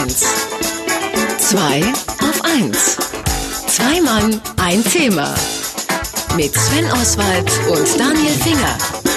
1. 2 auf 1. Zwei Mann, ein Thema. Mit Sven Oswald und Daniel Finger.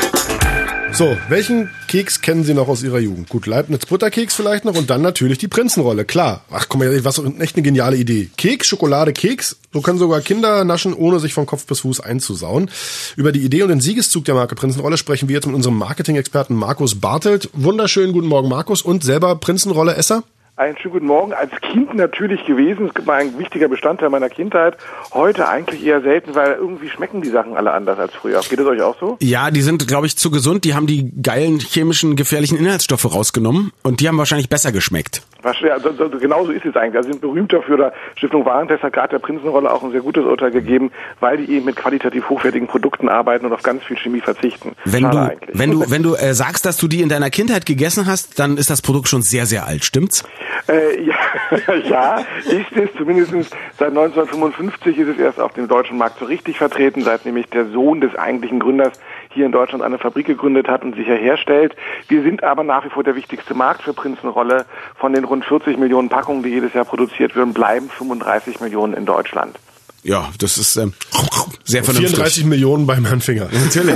So, welchen Keks kennen Sie noch aus Ihrer Jugend? Gut, Leibniz Butterkeks vielleicht noch und dann natürlich die Prinzenrolle, klar. Ach komm mal, was echt eine geniale Idee. Keks, Schokolade, Keks, so können sogar Kinder naschen, ohne sich von Kopf bis Fuß einzusauen. Über die Idee und den Siegeszug der Marke Prinzenrolle sprechen wir jetzt mit unserem Marketing-Experten Markus Bartelt. Wunderschönen guten Morgen, Markus. Und selber Prinzenrolle-Esser? Einen schönen guten Morgen. Als Kind natürlich gewesen. Es war ein wichtiger Bestandteil meiner Kindheit. Heute eigentlich eher selten, weil irgendwie schmecken die Sachen alle anders als früher. Geht es euch auch so? Ja, die sind, glaube ich, zu gesund. Die haben die geilen chemischen, gefährlichen Inhaltsstoffe rausgenommen und die haben wahrscheinlich besser geschmeckt. Ja, genau so ist es eigentlich. Also sind berühmt dafür, da Stiftung Warentest hat gerade der Prinzenrolle auch ein sehr gutes Urteil gegeben, weil die eben mit qualitativ hochwertigen Produkten arbeiten und auf ganz viel Chemie verzichten. Wenn du sagst, dass du die in deiner Kindheit gegessen hast, dann ist das Produkt schon sehr, sehr alt, stimmt's? Ja, ist es. Zumindest seit 1955 ist es erst auf dem deutschen Markt so richtig vertreten, seit nämlich der Sohn des eigentlichen Gründers hier in Deutschland eine Fabrik gegründet hat und sich hier herstellt. Wir sind aber nach wie vor der wichtigste Markt für Prinzenrolle. Von den rund 40 Millionen Packungen, die jedes Jahr produziert werden, bleiben 35 Millionen in Deutschland. Ja, das ist sehr vernünftig. 34 Millionen beim Herrn Finger. Natürlich.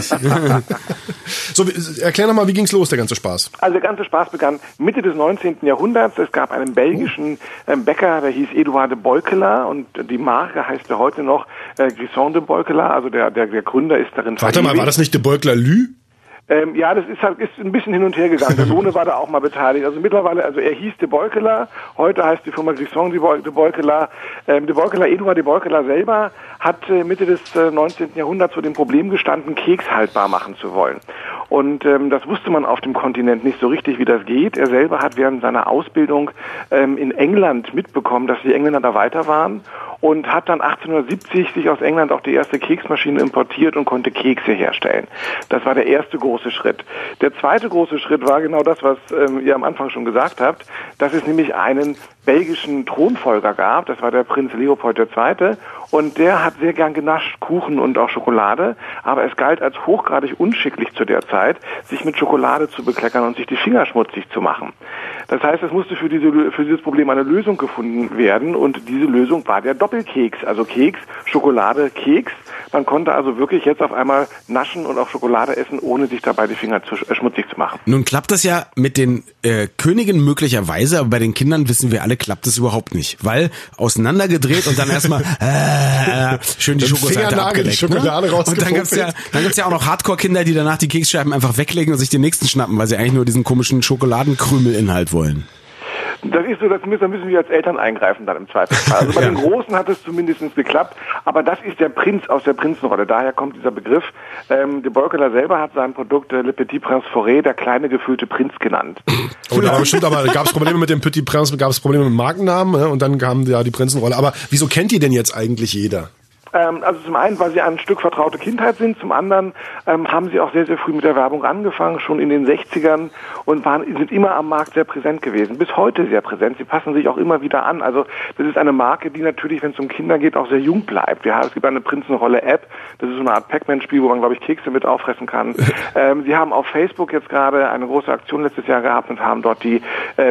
So, erklär nochmal, wie ging's los, der ganze Spaß? Also der ganze Spaß begann Mitte des 19. Jahrhunderts. Es gab einen belgischen Bäcker, der hieß Eduard de Bolkela und die Marke heißt ja heute noch Grisson de Bolkela. Also der Gründer ist darin Warte mal, war das nicht de Bolkela-Lü? Ja, das ist ein bisschen hin und her gegangen. Der Sohn war da auch mal beteiligt. Also mittlerweile, er hieß de Bolkela, heute heißt die Firma Grisson de Bolkela. Eduard de Bolkela selber hat Mitte des 19. Jahrhunderts vor dem Problem gestanden, Keks haltbar machen zu wollen. Und das wusste man auf dem Kontinent nicht so richtig, wie das geht. Er selber hat während seiner Ausbildung in England mitbekommen, dass die Engländer da weiter waren und hat dann 1870 sich aus England auch die erste Keksmaschine importiert und konnte Kekse herstellen. Das war der erste große Schritt. Der zweite große Schritt war genau das, was ihr am Anfang schon gesagt habt, dass es nämlich einen belgischen Thronfolger gab, das war der Prinz Leopold II. Und der hat sehr gern genascht, Kuchen und auch Schokolade, aber es galt als hochgradig unschicklich zu der Zeit, sich mit Schokolade zu bekleckern und sich die Finger schmutzig zu machen. Das heißt, es musste für dieses Problem eine Lösung gefunden werden und diese Lösung war der Doppelkeks, also Keks, Schokolade, Keks. Man konnte also wirklich jetzt auf einmal naschen und auch Schokolade essen, ohne sich dabei die Finger schmutzig zu machen. Nun klappt das ja mit den Königen möglicherweise, aber bei den Kindern wissen wir alle, klappt das überhaupt nicht, weil auseinandergedreht und dann erstmal schön die Schokoseite abgeleckt. Die Schokolade und dann gibt's ja auch noch Hardcore-Kinder, die danach die Keksscheiben einfach weglegen und sich den nächsten schnappen, weil sie eigentlich nur diesen komischen Schokoladenkrümelinhalt wollen. Das ist so, da müssen wir als Eltern eingreifen dann im Zweifelsfall. Also bei den Großen hat es zumindest geklappt, aber das ist der Prinz aus der Prinzenrolle, daher kommt dieser Begriff. De Bolkela selber hat sein Produkt Le Petit Prince Forêt, der kleine gefüllte Prinz, genannt. Oh, aber bestimmt, aber gab es Probleme mit dem Petit Prince, gab es Probleme mit dem Markennamen und dann kam ja die Prinzenrolle. Aber wieso kennt die denn jetzt eigentlich jeder? Also zum einen, weil sie ein Stück vertraute Kindheit sind, zum anderen haben sie auch sehr, sehr früh mit der Werbung angefangen, schon in den 60ern und sind immer am Markt sehr präsent gewesen, bis heute sehr präsent. Sie passen sich auch immer wieder an. Also das ist eine Marke, die natürlich, wenn es um Kinder geht, auch sehr jung bleibt. Es gibt eine Prinzenrolle-App, das ist so eine Art Pac-Man-Spiel, wo man, glaube ich, Kekse mit auffressen kann. Sie haben auf Facebook jetzt gerade eine große Aktion letztes Jahr gehabt und haben dort die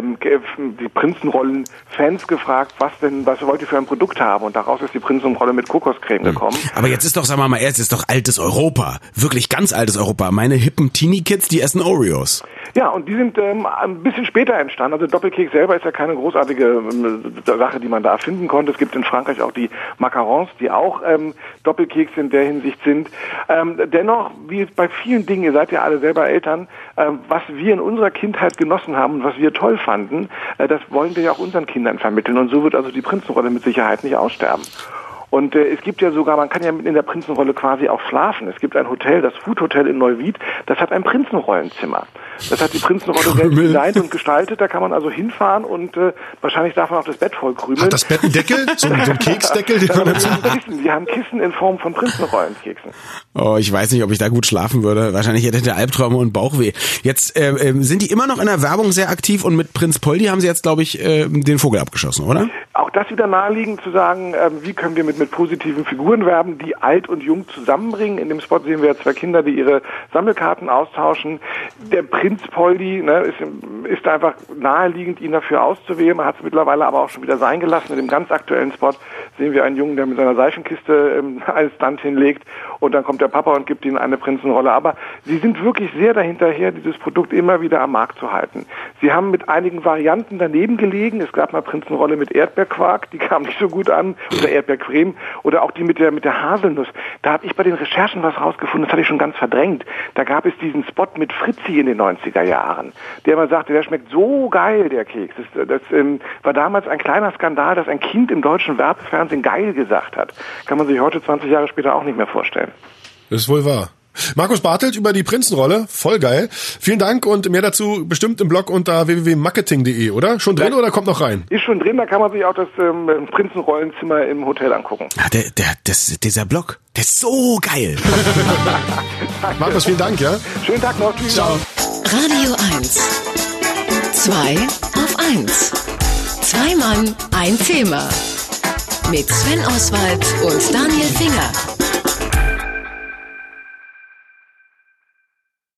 Prinzenrollen-Fans gefragt, was wollt ihr für ein Produkt haben? Und daraus ist die Prinzenrolle mit Kokoscreme gekommen. Aber jetzt ist doch, sagen wir mal, jetzt ist doch altes Europa. Wirklich ganz altes Europa. Meine hippen Teenie-Kids, die essen Oreos. Ja, und die sind ein bisschen später entstanden. Also Doppelkeks selber ist ja keine großartige Sache, die man da erfinden konnte. Es gibt in Frankreich auch die Macarons, die auch Doppelkeks in der Hinsicht sind. Dennoch, wie bei vielen Dingen, ihr seid ja alle selber Eltern, was wir in unserer Kindheit genossen haben und was wir toll fanden, das wollen wir ja auch unseren Kindern vermitteln. Und so wird also die Prinzenrolle mit Sicherheit nicht aussterben. Und es gibt ja sogar, man kann ja in der Prinzenrolle quasi auch schlafen. Es gibt ein Hotel, das Food Hotel in Neuwied, das hat ein Prinzenrollenzimmer. Das hat die Prinzenrolle selbst designt und gestaltet. Da kann man also hinfahren und wahrscheinlich darf man auch das Bett voll krümeln. Hat das Bett einen Deckel? So ein Keksdeckel? Die haben Kissen in Form von Prinzenrollenkeksen. Oh, ich weiß nicht, ob ich da gut schlafen würde. Wahrscheinlich hätte der Albträume und Bauchweh. Jetzt sind die immer noch in der Werbung sehr aktiv und mit Prinz Poldi haben sie jetzt, glaube ich, den Vogel abgeschossen, oder? Auch das wieder naheliegend zu sagen, wie können wir mit positiven Figuren werben, die alt und jung zusammenbringen. In dem Spot sehen wir 2 Kinder, die ihre Sammelkarten austauschen. Der Prinz Poldi, ne, ist einfach naheliegend, ihn dafür auszuwählen. Man hat es mittlerweile aber auch schon wieder sein gelassen. In dem ganz aktuellen Spot sehen wir einen Jungen, der mit seiner Seifenkiste einen Stunt hinlegt und dann kommt der Papa und gibt ihnen eine Prinzenrolle. Aber sie sind wirklich sehr dahinterher, dieses Produkt immer wieder am Markt zu halten. Sie haben mit einigen Varianten daneben gelegen. Es gab mal Prinzenrolle mit Erdbeerquark, die kam nicht so gut an, oder Erdbeercreme, oder auch die mit der Haselnuss. Da habe ich bei den Recherchen was rausgefunden, das hatte ich schon ganz verdrängt. Da gab es diesen Spot mit Fritzi in den 90er Jahren, der mal sagte, der schmeckt so geil, der Keks. Das war damals ein kleiner Skandal, dass ein Kind im deutschen Werbefernsehen geil gesagt hat. Kann man sich heute 20 Jahre später auch nicht mehr vorstellen. Das ist wohl wahr. Markus Bartelt über die Prinzenrolle, voll geil. Vielen Dank und mehr dazu bestimmt im Blog unter www.marketing.de, oder? Schon drin oder kommt noch rein? Ist schon drin, da kann man sich auch das Prinzenrollenzimmer im Hotel angucken. Ja, dieser Blog, der ist so geil. Markus, vielen Dank, ja? Schönen Tag noch. Tschüss. Ciao. Radio 1. 2 auf 1. 2 Mann, ein Thema. Mit Sven Oswald und Daniel Finger.